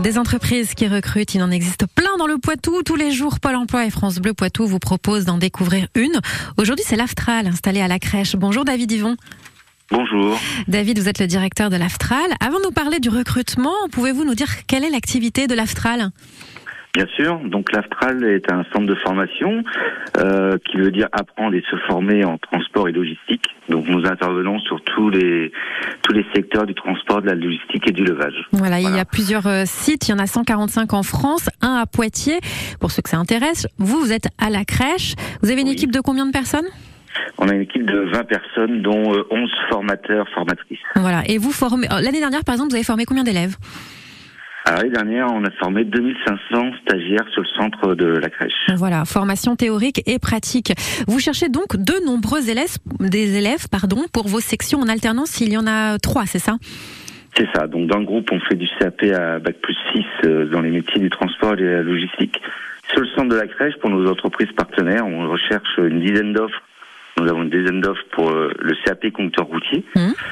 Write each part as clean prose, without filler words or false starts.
Des entreprises qui recrutent, il en existe plein dans le Poitou. Tous les jours, Pôle emploi et France Bleu Poitou vous proposent d'en découvrir une. Aujourd'hui, c'est l'Aftral, installé à la crèche. Bonjour David Yvon. Bonjour. David, vous êtes le directeur de l'Aftral. Avant de nous parler du recrutement, pouvez-vous nous dire quelle est l'activité de l'Aftral ? Bien sûr, donc l'Aftral est un centre de formation qui veut dire apprendre et se former en transport et logistique. Donc nous intervenons sur tous les secteurs du transport, de la logistique et du levage. Voilà. Il y a plusieurs sites, il y en a 145 en France, un à Poitiers. Pour ceux que ça intéresse, vous êtes à la crèche. Vous avez une équipe de combien de personnes ? On a une équipe de 20 personnes, dont 11 formateurs, formatrices. Voilà. Et vous formez, l'année dernière par exemple, vous avez formé combien d'élèves ? Alors, l'année dernière, on a formé 2500 stagiaires sur le centre de la crèche. Voilà, formation théorique et pratique. Vous cherchez donc de nombreux élèves pour vos sections en alternance. Il y en a 3, c'est ça ? C'est ça. Donc, dans le groupe, on fait du CAP à Bac+6 dans les métiers du transport et de la logistique. Sur le centre de la crèche, pour nos entreprises partenaires, on recherche une dizaine d'offres. Nous avons une dizaine d'offres pour le CAP conducteur routier,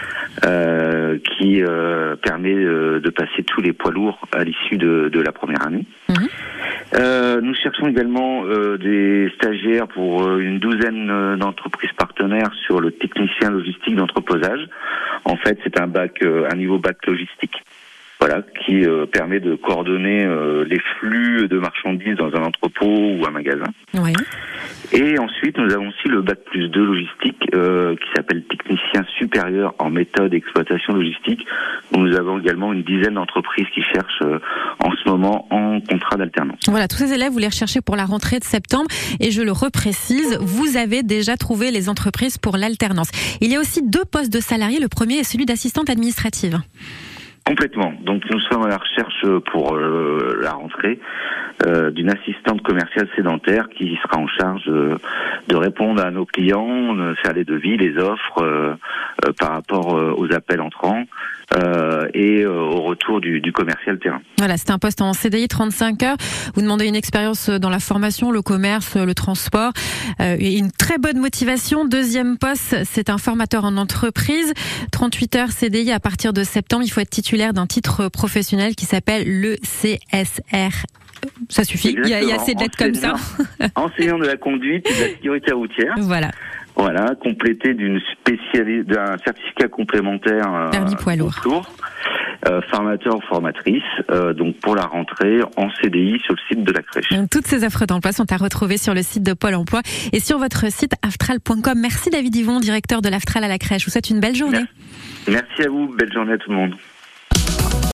qui permet de passer tous les poids lourds à l'issue de la première année. Nous cherchons également des stagiaires pour une douzaine d'entreprises partenaires sur le technicien logistique d'entreposage. En fait, c'est un niveau bac logistique. Voilà, qui permet de coordonner les flux de marchandises dans un entrepôt ou un magasin. Oui. Et ensuite, nous avons aussi le bac+2 logistique qui s'appelle technicien supérieur en méthode d'exploitation logistique. Nous avons également une dizaine d'entreprises qui cherchent en ce moment en contrat d'alternance. Voilà, tous ces élèves, vous les recherchez pour la rentrée de septembre. Et je le reprécise, vous avez déjà trouvé les entreprises pour l'alternance. Il y a aussi 2 postes de salariés. Le premier est celui d'assistante administrative. Complètement. Donc nous sommes à la recherche pour la rentrée d'une assistante commerciale sédentaire qui sera en charge de répondre à nos clients, de faire les devis, les offres par rapport aux appels entrants et au retour du commercial terrain. Voilà, c'est un poste en CDI 35 heures. Vous demandez une expérience dans la formation, le commerce, le transport et une très bonne motivation. Deuxième poste, c'est un formateur en entreprise. 38 heures CDI à partir de septembre. Il faut être titulaire d'un titre professionnel qui s'appelle le CSR. Ça suffit, il y a assez de lettres comme ça. Enseignant de la conduite et de la sécurité routière. Voilà, complété d'un certificat complémentaire permis poids lourd. Formateur ou formatrice, donc pour la rentrée en CDI sur le site de la crèche. Toutes ces offres d'emploi sont à retrouver sur le site de Pôle emploi et sur votre site aftral.com. Merci David Yvon, directeur de l'Aftral à la crèche. Je vous souhaite une belle journée. Merci à vous, belle journée à tout le monde.